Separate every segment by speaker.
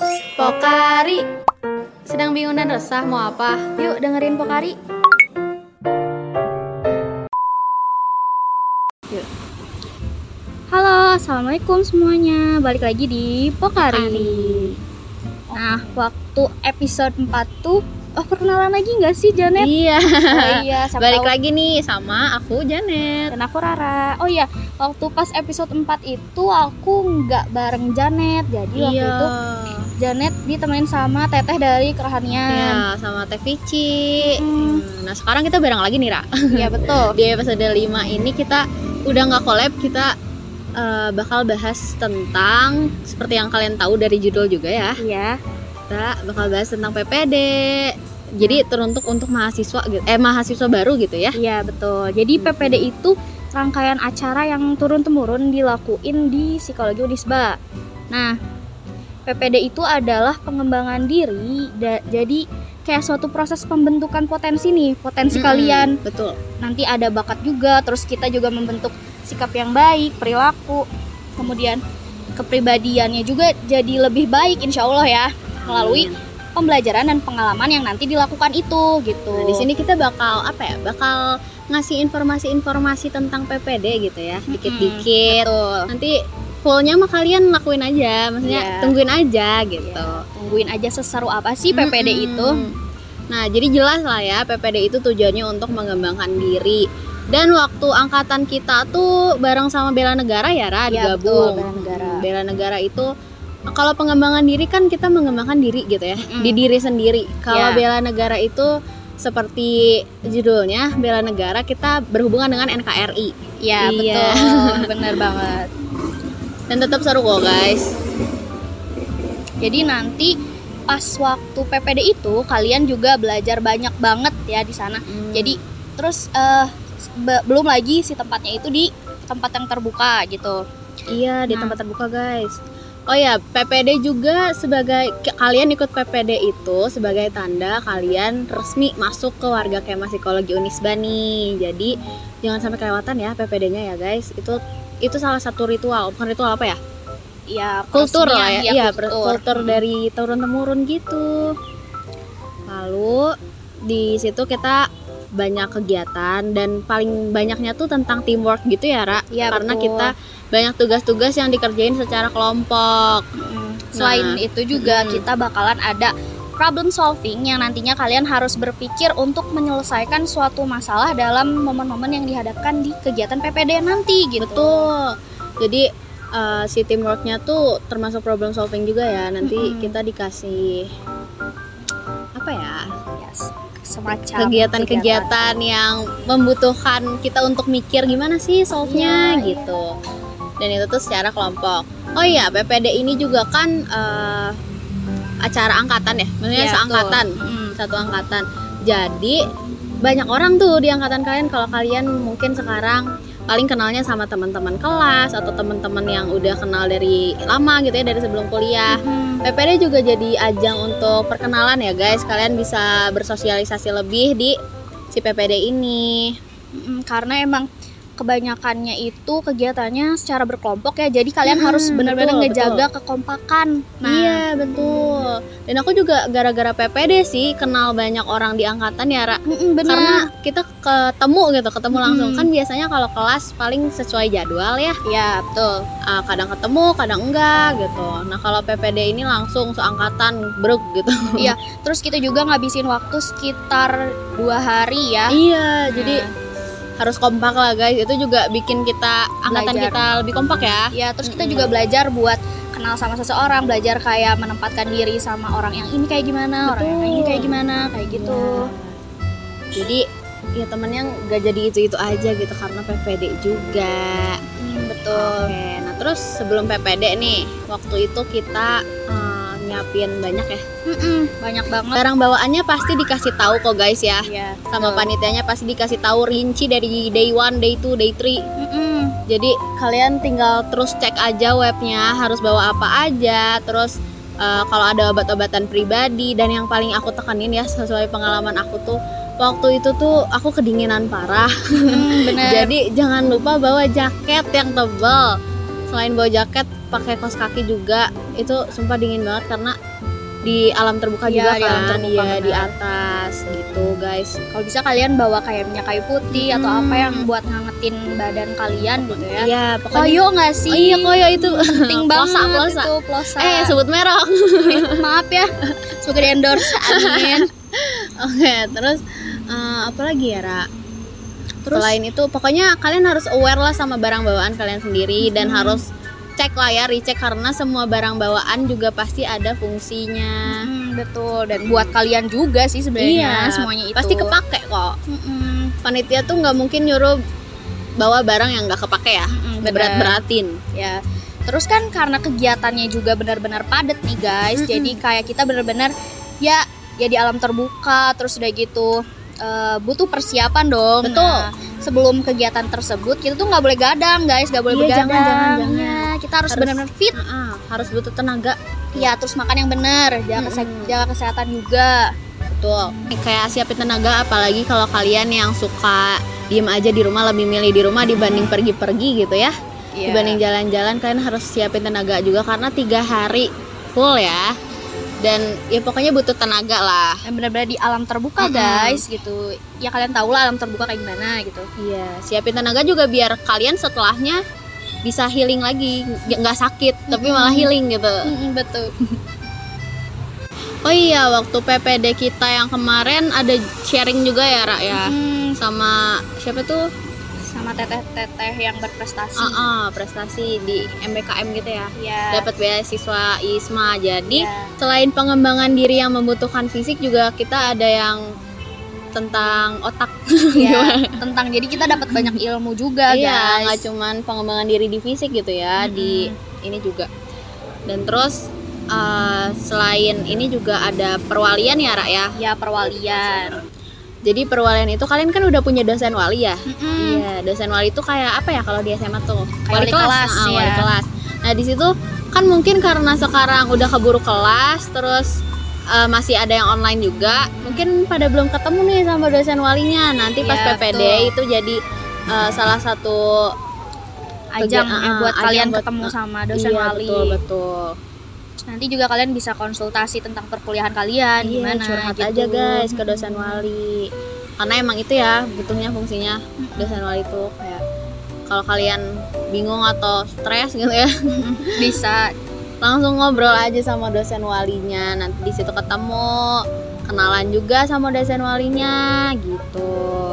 Speaker 1: Pokari. Sedang bingung dan resah mau apa? Yuk dengerin Pokari. Yuk.
Speaker 2: Halo, assalamualaikum semuanya. Balik lagi di Pokari. Nah, waktu episode 4 tuh perkenalan lagi nggak sih, Janet?
Speaker 1: Iya.
Speaker 2: Oh iya,
Speaker 1: Balik lagi nih sama aku Janet.
Speaker 2: dan aku Rara. Oh iya, waktu pas episode 4 itu aku nggak bareng Janet. Jadi waktu itu Janet ditemenin sama Teteh dari Kerahanian.
Speaker 1: Iya, sama Teh Vici. Nah, sekarang kita bareng lagi nih, Ra.
Speaker 2: Iya, betul.
Speaker 1: Di episode 5 ini kita udah nggak collab, kita bakal bahas tentang, seperti yang kalian tahu dari judul juga ya,
Speaker 2: Iya.
Speaker 1: kita bakal bahas tentang PPD. Jadi teruntuk untuk mahasiswa mahasiswa baru gitu ya.
Speaker 2: Iya, betul. Jadi PPD itu rangkaian acara yang turun-temurun dilakuin di Psikologi Unisba. Nah, PPD itu adalah pengembangan diri, jadi kayak suatu proses pembentukan potensi nih, potensi kalian.
Speaker 1: Betul.
Speaker 2: Nanti ada bakat juga, terus kita juga membentuk sikap yang baik, perilaku, kemudian kepribadiannya juga jadi lebih baik insya Allah ya, melalui pembelajaran dan pengalaman yang nanti dilakukan itu gitu.
Speaker 1: Nah, di sini kita bakal bakal ngasih informasi-informasi tentang PPD gitu ya, dikit-dikit.
Speaker 2: Betul.
Speaker 1: Nanti fullnya mah kalian lakuin aja, maksudnya
Speaker 2: Iya.
Speaker 1: tungguin aja gitu.
Speaker 2: Ya, tungguin aja seseru apa sih PPD itu.
Speaker 1: Nah, jadi jelas lah ya, PPD itu tujuannya untuk mengembangkan diri. Dan waktu angkatan kita tuh bareng sama Bela Negara ya, Ra,
Speaker 2: Iya,
Speaker 1: digabung.
Speaker 2: betul, Bela Negara.
Speaker 1: Bela Negara itu kalau pengembangan diri kan kita mengembangkan diri gitu ya, di diri sendiri. Kalau
Speaker 2: Iya.
Speaker 1: Bela Negara itu seperti judulnya, Bela Negara, kita berhubungan dengan NKRI.
Speaker 2: Iya,
Speaker 1: Iya.
Speaker 2: betul. Bener banget.
Speaker 1: Dan tetap seru kok, guys.
Speaker 2: Jadi nanti pas waktu PPD itu kalian juga belajar banyak banget ya di sana. Jadi terus belum lagi si tempatnya itu di tempat yang terbuka gitu.
Speaker 1: Iya, di
Speaker 2: Nah.
Speaker 1: tempat terbuka, guys. Oh ya, PPD juga sebagai kalian ikut PPD itu sebagai tanda kalian resmi masuk ke warga Kema Psikologi Unisba nih. Jadi jangan sampai kelewatan ya PPD-nya ya, guys. Itu salah satu ritual, bukan ritual apa ya?
Speaker 2: Ya,
Speaker 1: Kultur lah
Speaker 2: peresmian,
Speaker 1: ya. Iya,
Speaker 2: kultur.
Speaker 1: kultur dari turun-temurun gitu. Lalu di situ kita banyak kegiatan dan paling banyaknya tuh tentang teamwork gitu ya, Ra.
Speaker 2: Iya,
Speaker 1: Karena
Speaker 2: betul.
Speaker 1: kita banyak tugas-tugas yang dikerjain secara kelompok.
Speaker 2: Selain
Speaker 1: Nah,
Speaker 2: itu juga kita bakalan ada problem solving yang nantinya kalian harus berpikir untuk menyelesaikan suatu masalah dalam momen-momen yang dihadapkan di kegiatan PPD nanti gitu.
Speaker 1: Betul. Jadi si teamworknya tuh termasuk problem solving juga ya. Nanti kita dikasih apa ya?
Speaker 2: Yes, semacam
Speaker 1: Kegiatan-kegiatan yang membutuhkan kita untuk mikir gimana sih solve-nya
Speaker 2: Iya,
Speaker 1: gitu. Dan itu tuh secara kelompok. Oh iya, PPD ini juga kan acara angkatan ya, maksudnya
Speaker 2: Iya,
Speaker 1: seangkatan, satu angkatan. Jadi banyak orang tuh di angkatan kalian. Kalau kalian mungkin sekarang paling kenalnya sama teman-teman kelas atau teman-teman yang udah kenal dari lama gitu ya, dari sebelum kuliah. PPD juga jadi ajang untuk perkenalan ya, guys. Kalian bisa bersosialisasi lebih di si PPD ini.
Speaker 2: Karena emang kebanyakannya itu kegiatannya secara berkelompok ya, jadi kalian harus benar-benar
Speaker 1: betul,
Speaker 2: ngejaga kekompakan. Nah,
Speaker 1: Iya, betul. Dan aku juga gara-gara PPD sih kenal banyak orang di angkatan ya, Ra.
Speaker 2: benar.
Speaker 1: Karena kita ketemu langsung. Kan biasanya kalau kelas paling sesuai jadwal ya.
Speaker 2: Ya, betul.
Speaker 1: Kadang ketemu, kadang enggak gitu. Nah, kalau PPD ini langsung seangkatan bruk gitu.
Speaker 2: Iya, terus kita juga ngabisin waktu sekitar 2 hari ya.
Speaker 1: Iya, jadi harus kompak lah, guys. Itu juga bikin kita angkatan
Speaker 2: Belajar.
Speaker 1: kita lebih kompak ya.
Speaker 2: Ya, terus kita juga belajar buat kenal sama seseorang, belajar kayak menempatkan diri sama orang yang ini kayak gimana, orang yang ini kayak gimana, kayak gitu.
Speaker 1: Jadi ya temennya gak jadi itu-itu aja gitu karena PPD juga.
Speaker 2: Betul.
Speaker 1: Oke, nah terus sebelum PPD nih, waktu itu kita nyiapin banyak ya.
Speaker 2: Banyak banget.
Speaker 1: Barang bawaannya pasti dikasih tahu kok, guys ya.
Speaker 2: Iya.
Speaker 1: Sama panitianya pasti dikasih tahu rinci dari day 1, day 2, day 3. Jadi kalian tinggal terus cek aja webnya harus bawa apa aja. Terus kalau ada obat-obatan pribadi, dan yang paling aku tekanin ya sesuai pengalaman aku tuh, waktu itu tuh aku kedinginan parah.
Speaker 2: Bener.
Speaker 1: Jadi jangan lupa bawa jaket yang tebal. selain bawa jaket pakai kaos kaki juga. Itu sumpah dingin banget karena di alam terbuka juga
Speaker 2: Iya, di alam
Speaker 1: kan.
Speaker 2: terbuka,
Speaker 1: Iya, di
Speaker 2: benar.
Speaker 1: atas gitu guys.
Speaker 2: Kalau bisa kalian bawa kayak minyak kayu putih atau apa yang buat ngangetin badan kalian gitu ya.
Speaker 1: Iya, pokoknya
Speaker 2: Koyo nggak sih?
Speaker 1: Oh iya, koyo itu
Speaker 2: Penting
Speaker 1: Plosa,
Speaker 2: banget
Speaker 1: plosa.
Speaker 2: itu plosa.
Speaker 1: sebut merek.
Speaker 2: Maaf ya, semoga di endorse. Amin.
Speaker 1: Oke, terus apa lagi ya, Ra?
Speaker 2: Terus
Speaker 1: Selain itu, pokoknya kalian harus aware lah sama barang bawaan kalian sendiri dan harus cek lah ya, recheck karena semua barang bawaan juga pasti ada fungsinya.
Speaker 2: betul, dan buat kalian juga sih sebenarnya semuanya itu.
Speaker 1: Pasti kepake kok.
Speaker 2: Mm-mm.
Speaker 1: Panitia tuh nggak mungkin nyuruh bawa barang yang nggak kepake ya,
Speaker 2: benar.
Speaker 1: berat-beratin.
Speaker 2: Ya. Terus kan karena kegiatannya juga benar-benar padat nih guys. Jadi kayak kita benar-benar ya di alam terbuka, terus udah gitu butuh persiapan dong.
Speaker 1: Betul.
Speaker 2: Nah, sebelum kegiatan tersebut kita tuh nggak boleh gadang guys, nggak boleh
Speaker 1: Iya,
Speaker 2: begadang.
Speaker 1: jangan.
Speaker 2: Ya, kita harus benar-benar fit.
Speaker 1: Harus butuh tenaga.
Speaker 2: Ya, terus makan yang benar, jaga kesehatan juga.
Speaker 1: Betul. Kayak siapin tenaga, apalagi kalau kalian yang suka diem aja di rumah, lebih milih di rumah dibanding pergi-pergi gitu ya. Dibanding jalan-jalan, kalian harus siapin tenaga juga karena 3 hari full ya. Dan ya pokoknya butuh tenaga lah.
Speaker 2: Yang benar-benar di alam terbuka guys gitu. Ya kalian tahu lah alam terbuka kayak gimana gitu.
Speaker 1: Iya, siapin tenaga juga biar kalian setelahnya bisa healing lagi, nggak sakit tapi malah healing gitu.
Speaker 2: Betul.
Speaker 1: Oh iya, waktu PPD kita yang kemarin ada sharing juga ya, Ra ya. Sama siapa tuh?
Speaker 2: Sama teteh-teteh yang berprestasi.
Speaker 1: Prestasi di MBKM gitu ya.
Speaker 2: Ya.
Speaker 1: Dapat beasiswa ISMA. Jadi selain pengembangan diri yang membutuhkan fisik juga kita ada yang tentang otak.
Speaker 2: Ya, tentang jadi kita dapat banyak ilmu juga
Speaker 1: Iya,
Speaker 2: guys.
Speaker 1: nggak cuman pengembangan diri di fisik gitu ya, di ini juga. Dan terus selain ini juga ada perwalian ya, Ra ya.
Speaker 2: Ya, perwalian.
Speaker 1: Jadi perwalian itu kalian kan udah punya dosen wali ya. Iya, dosen wali itu kayak apa ya kalau di SMA tuh?
Speaker 2: Wali kelas,
Speaker 1: wali kelas. Nah, di situ kan mungkin karena sekarang udah keburu kelas, terus masih ada yang online juga. Mungkin pada belum ketemu nih sama dosen walinya. Nanti pas
Speaker 2: Iya,
Speaker 1: PPD
Speaker 2: betul.
Speaker 1: itu jadi salah satu
Speaker 2: Ajang buat
Speaker 1: ajang
Speaker 2: kalian
Speaker 1: buat-
Speaker 2: ketemu sama dosen
Speaker 1: iya,
Speaker 2: wali.
Speaker 1: betul.
Speaker 2: Nanti juga kalian bisa konsultasi tentang perkuliahan kalian gimana
Speaker 1: Curhat
Speaker 2: gitu.
Speaker 1: aja guys ke dosen wali. Karena emang itu ya butuhnya fungsinya dosen wali tuh, kayak kalau kalian bingung atau stres gitu ya,
Speaker 2: Bisa.
Speaker 1: langsung ngobrol aja sama dosen walinya. Nanti di situ ketemu, kenalan juga sama dosen walinya gitu.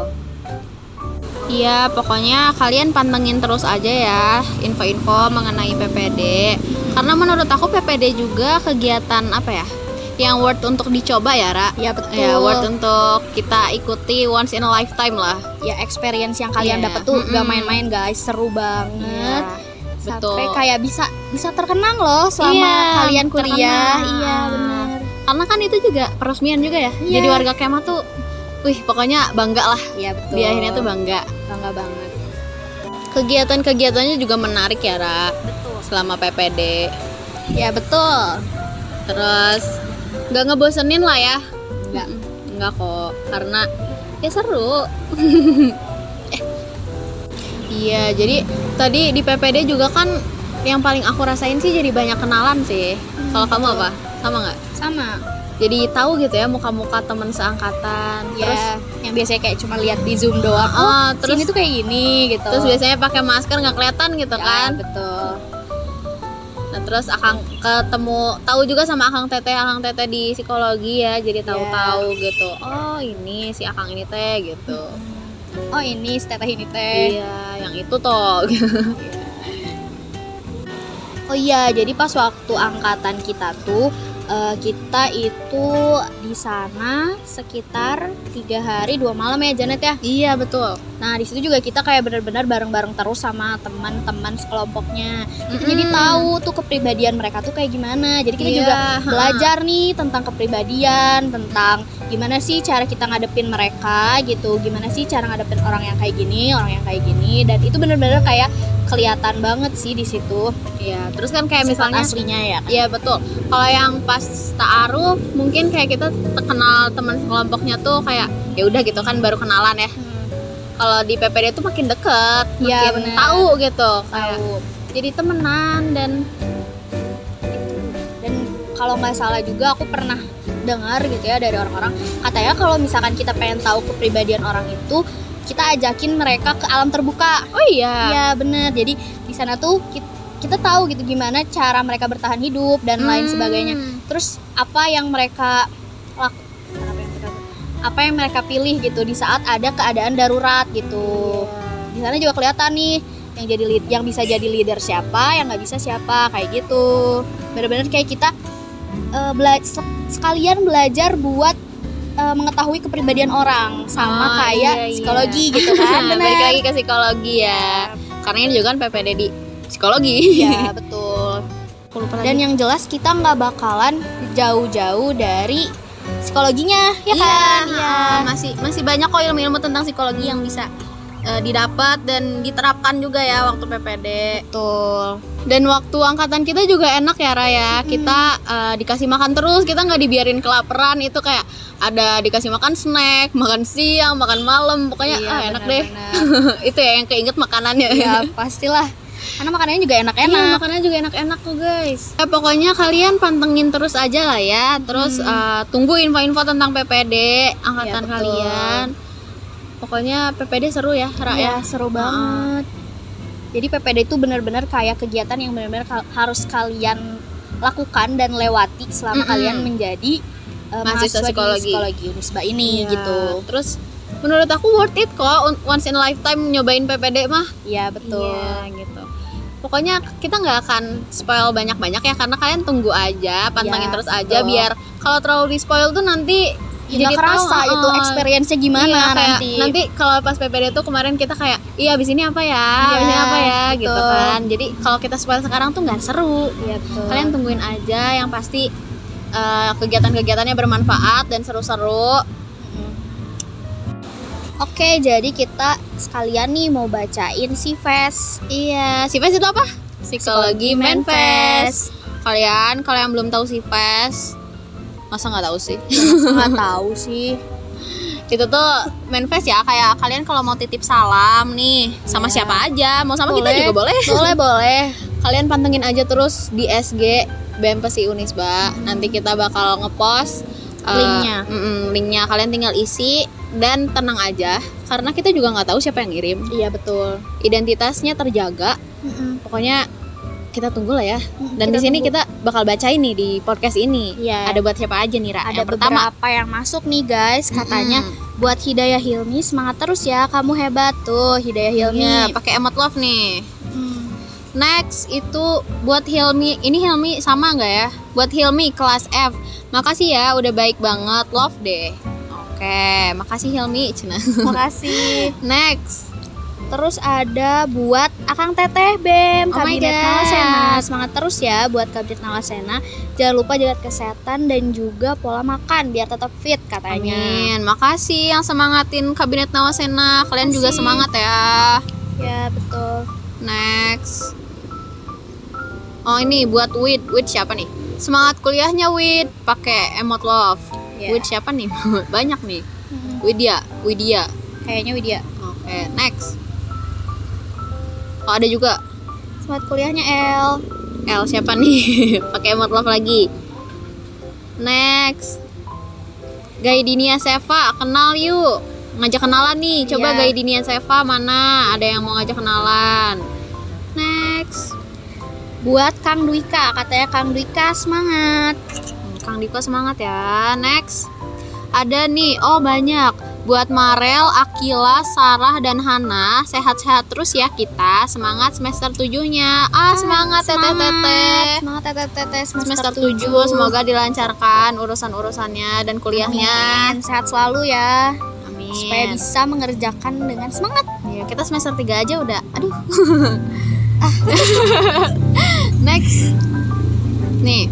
Speaker 1: Iya, pokoknya kalian pantengin terus aja ya info-info mengenai PPD. Karena menurut aku PPD juga kegiatan apa ya, yang worth untuk dicoba ya, Ra.
Speaker 2: Ya, betul.
Speaker 1: Ya, worth untuk kita ikuti once in a lifetime lah.
Speaker 2: Ya, experience yang kalian
Speaker 1: Iya.
Speaker 2: dapat tuh gak main-main guys, seru banget.
Speaker 1: Betul.
Speaker 2: Sampai kayak bisa terkenang loh selama
Speaker 1: Iya,
Speaker 2: kalian kuliah.
Speaker 1: terkenang.
Speaker 2: Iya, benar.
Speaker 1: Karena kan itu juga peresmian juga ya.
Speaker 2: Iya.
Speaker 1: Jadi warga Kemah tuh, wih pokoknya bangga lah.
Speaker 2: Iya, betul.
Speaker 1: Di akhirnya tuh bangga banget. Kegiatan-kegiatannya juga menarik ya, Ra.
Speaker 2: Betul.
Speaker 1: Selama PPD.
Speaker 2: Ya, betul.
Speaker 1: Terus nggak ngebosenin lah ya.
Speaker 2: Nggak.
Speaker 1: Kok, karena ya seru. Iya, jadi tadi di PPD juga kan yang paling aku rasain sih jadi banyak kenalan sih. Kalau kamu apa? Sama nggak?
Speaker 2: Sama.
Speaker 1: Jadi tahu gitu ya muka-muka teman seangkatan.
Speaker 2: Ya,
Speaker 1: Terus
Speaker 2: yang biasanya kayak cuma lihat di Zoom doang.
Speaker 1: terus
Speaker 2: Sini tuh kayak gini gitu.
Speaker 1: terus biasanya pakai masker nggak kelihatan gitu
Speaker 2: Ya,
Speaker 1: kan.
Speaker 2: betul.
Speaker 1: Nah, terus akang ketemu, tahu juga sama akang teteh di psikologi ya, jadi tahu-tahu gitu. Oh, ini si akang ini teh gitu.
Speaker 2: Oh, ini teteh ini teh.
Speaker 1: Iya, yang itu toh.
Speaker 2: Oh iya, jadi pas waktu angkatan kita tuh kita itu di sana sekitar 3 hari 2 malam ya Janet ya.
Speaker 1: Iya, betul.
Speaker 2: Nah di situ juga kita kayak benar-benar bareng-bareng terus sama teman-teman sekelompoknya. Kita jadi tahu tuh kepribadian mereka tuh kayak gimana. Jadi kita
Speaker 1: Iya,
Speaker 2: juga belajar nih tentang kepribadian, tentang gimana sih cara kita ngadepin mereka gitu, gimana sih cara ngadepin orang yang kayak gini, orang yang kayak gini. Dan itu benar-benar kayak kelihatan banget sih di situ.
Speaker 1: Iya, terus kan kayak
Speaker 2: Sifat
Speaker 1: misalnya
Speaker 2: aslinya ya kan?
Speaker 1: iya betul. Kalau yang pas ta'aruf mungkin kayak kita kenal teman sekelompoknya tuh kayak ya udah gitu kan, baru kenalan ya. Kalau di PPD tuh makin deket,
Speaker 2: Iya,
Speaker 1: makin
Speaker 2: bener.
Speaker 1: tahu gitu. Kayak
Speaker 2: Tahu.
Speaker 1: jadi temenan.
Speaker 2: Dan kalau nggak salah juga aku pernah dengar gitu ya dari orang-orang, katanya kalau misalkan kita pengen tahu kepribadian orang itu, kita ajakin mereka ke alam terbuka.
Speaker 1: Oh iya.
Speaker 2: Iya bener. Jadi di sana tuh kita tahu gitu gimana cara mereka bertahan hidup dan lain sebagainya. Terus apa yang mereka pilih gitu di saat ada keadaan darurat gitu. Di sana juga kelihatan nih yang bisa jadi leader siapa, yang nggak bisa siapa, kayak gitu. Bener-bener kayak kita sekalian belajar buat mengetahui kepribadian orang, sama kayak psikologi gitu kan.
Speaker 1: Balik lagi ke psikologi ya. Karena ini juga kan PPD di psikologi.
Speaker 2: Iya betul. Dan yang jelas kita nggak bakalan jauh-jauh dari psikologinya, ya kan? Iya.
Speaker 1: Masih banyak kok ilmu-ilmu tentang psikologi yang bisa didapat dan diterapkan juga ya waktu PPD.
Speaker 2: Betul.
Speaker 1: Dan waktu angkatan kita juga enak ya Raya. Kita dikasih makan terus, kita nggak dibiarin kelaparan. Itu kayak ada dikasih makan snack, makan siang, makan malam, pokoknya enak deh. Itu ya yang keinget makanannya.
Speaker 2: Ya pastilah. Karena makanannya juga enak-enak.
Speaker 1: Iya, makanannya juga enak-enak kok guys. Ya, pokoknya kalian pantengin terus aja lah ya. Terus tunggu info-info tentang PPD angkatan kalian. Pokoknya PPD seru ya, Ra ya.
Speaker 2: Seru banget. Jadi PPD itu benar-benar kayak kegiatan yang benar-benar harus kalian lakukan dan lewati selama kalian menjadi mahasiswa psikologi Unisba ini gitu.
Speaker 1: Terus menurut aku worth it kok, once in a lifetime nyobain PPD mah.
Speaker 2: Iya betul.
Speaker 1: Iya gitu. Pokoknya kita nggak akan spoil banyak-banyak ya, karena kalian tunggu aja, pantengin terus aja, biar kalau terlalu di spoil tuh nanti
Speaker 2: jadi kerasa itu experience-nya gimana
Speaker 1: nanti kalau pas PPD tuh kemarin kita kayak abis ini apa ya gitu kan. Jadi kalau kita spoil sekarang tuh nggak seru.
Speaker 2: Iya, betul.
Speaker 1: Kalian tungguin aja, yang pasti kegiatan-kegiatannya bermanfaat dan seru-seru.
Speaker 2: Oke, jadi kita sekalian nih mau bacain Sifes.
Speaker 1: Iya, Sifes itu apa? Psikologi Manifest. Kalian kalau yang belum tahu Sifes, masa nggak tahu sih?
Speaker 2: Nggak tahu sih.
Speaker 1: Itu tuh manifest ya, kayak kalian kalau mau titip salam nih sama siapa aja, mau sama kita juga boleh.
Speaker 2: Boleh.
Speaker 1: Kalian pantengin aja terus di SG BMPSI Unisba. Nanti kita bakal ngepost linknya. Kalian tinggal isi dan tenang aja, karena kita juga nggak tahu siapa yang ngirim.
Speaker 2: Iya betul.
Speaker 1: Identitasnya terjaga. Pokoknya kita tunggu lah ya. Dan di sini kita bakal bacain nih di podcast ini. Ada buat siapa aja nih, Ra?
Speaker 2: Ada beberapa yang masuk nih guys. Katanya buat Hidayah Hilmi, semangat terus ya, kamu hebat tuh Hidayah Hilmi.
Speaker 1: Pakai emot love nih. Next itu buat Hilmi. Ini Hilmi sama nggak ya? Buat Hilmi kelas F. Makasih ya, udah baik banget, love deh. Oke, makasih Hilmi.
Speaker 2: Makasih.
Speaker 1: Next.
Speaker 2: Terus ada buat Akang Teteh BEM Kabinet Nalasena. Semangat terus ya buat Kabinet Nalasena. Jangan lupa jaga kesehatan dan juga pola makan biar tetap fit katanya.
Speaker 1: Amin. Makasih yang semangatin Kabinet Nalasena. Kalian juga semangat ya.
Speaker 2: Ya betul.
Speaker 1: Next. Oh ini buat Wid siapa nih? Semangat kuliahnya Wid. Pakai emot love. Wid siapa nih? Banyak nih. Widya.
Speaker 2: Kayaknya Widya.
Speaker 1: Oke, next. Oh ada juga.
Speaker 2: Semangat kuliahnya
Speaker 1: L siapa nih? Pakai emot love lagi. Next. Gaidinia Seva, kenal yuk. Ngajak kenalan nih. Coba Gaidinia Seva mana? Ada yang mau ngajak kenalan. Next.
Speaker 2: Buat Kang Dwika, katanya Kang Dwika semangat.
Speaker 1: Kang Dwika semangat ya. Next. Ada nih, banyak. Buat Marel, Akila, Sarah, dan Hana, sehat-sehat terus ya kita. Semangat semester 7-nya. Semangat teteh.
Speaker 2: Semangat teteh
Speaker 1: semester 7. Semoga dilancarkan urusan-urusannya dan kuliahnya.
Speaker 2: Amin. Sehat selalu ya.
Speaker 1: Amin.
Speaker 2: Supaya bisa mengerjakan dengan semangat.
Speaker 1: Ya, kita semester 3 aja udah. Aduh. Next. Nih.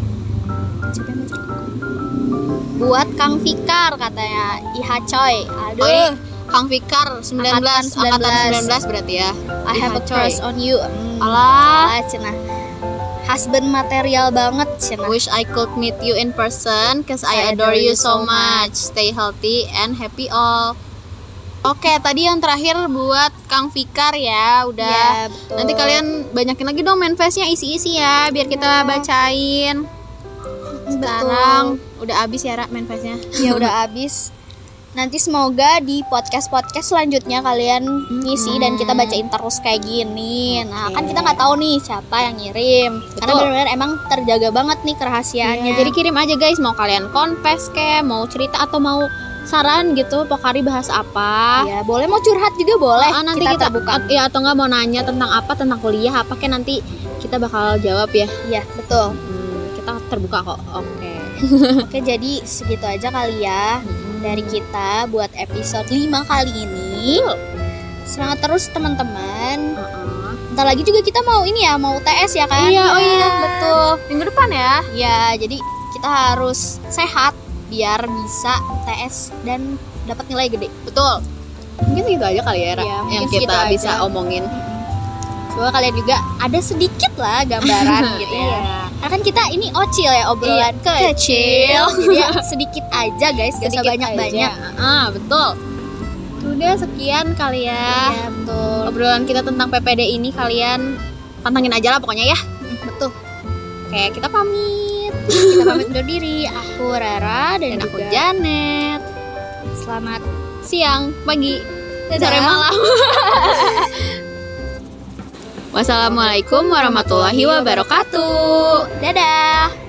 Speaker 2: Buat Kang Fikar katanya, Iha coy. Aduh.
Speaker 1: Kang Fikar 19 angkatan 19 berarti ya.
Speaker 2: I have a crush on you.
Speaker 1: Alah,
Speaker 2: cenah. Husband material banget cenah.
Speaker 1: Wish I could meet you in person cause I adore you so much. Stay healthy and happy all. Oke, tadi yang terakhir buat Kang Fikar ya, udah.
Speaker 2: Ya, betul.
Speaker 1: Nanti kalian banyakin lagi dong manifestnya, isi-isi ya, biar kita bacain. Sekarang udah habis ya Ra manifestnya.
Speaker 2: Ya udah habis. Nanti semoga di podcast-podcast selanjutnya kalian ngisi dan kita bacain terus kayak gini. Nah, kan kita nggak tahu nih siapa yang ngirim. Karena benar-benar emang terjaga banget nih kerahasiaannya.
Speaker 1: Jadi kirim aja guys, mau kalian confess kayak, mau cerita atau mau saran gitu, Pokari bahas apa.
Speaker 2: Ya, boleh mau curhat juga boleh.
Speaker 1: Nanti kita buka. Ya, atau nggak mau nanya tentang apa, tentang kuliah apa kayak nanti kita bakal jawab ya.
Speaker 2: Iya, betul.
Speaker 1: Kita terbuka kok. Oke.
Speaker 2: Oke, jadi segitu aja kali ya dari kita buat episode 5 kali ini. Semangat terus teman-teman. Bentar lagi juga kita mau ini ya, mau UTS ya kan?
Speaker 1: Iya, oh iya,
Speaker 2: betul.
Speaker 1: Minggu depan ya.
Speaker 2: Ya, jadi kita harus sehat biar bisa UTS dan dapat nilai gede.
Speaker 1: Betul. Mungkin gitu aja kali ya, Ra,
Speaker 2: Ya,
Speaker 1: yang
Speaker 2: mungkin
Speaker 1: kita
Speaker 2: segitu
Speaker 1: bisa
Speaker 2: aja.
Speaker 1: omongin.
Speaker 2: Semoga kalian juga ada sedikit lah gambaran gitu ya. Karena kan kita ini ocil ya, obrolan kecil. Jadi ya sedikit aja guys, gak usah banyak-banyak.
Speaker 1: Betul. Udah sekian kali ya.
Speaker 2: Iya, betul.
Speaker 1: Obrolan kita tentang PPD ini kalian pantangin aja lah pokoknya ya.
Speaker 2: Betul.
Speaker 1: Oke, kita pamit.
Speaker 2: Kita pamit undur diri. Aku Rara dan
Speaker 1: aku
Speaker 2: juga
Speaker 1: Janet.
Speaker 2: Selamat
Speaker 1: Siang, pagi,
Speaker 2: Dadah.
Speaker 1: sore, malam. Wassalamualaikum warahmatullahi wabarakatuh.
Speaker 2: dadah.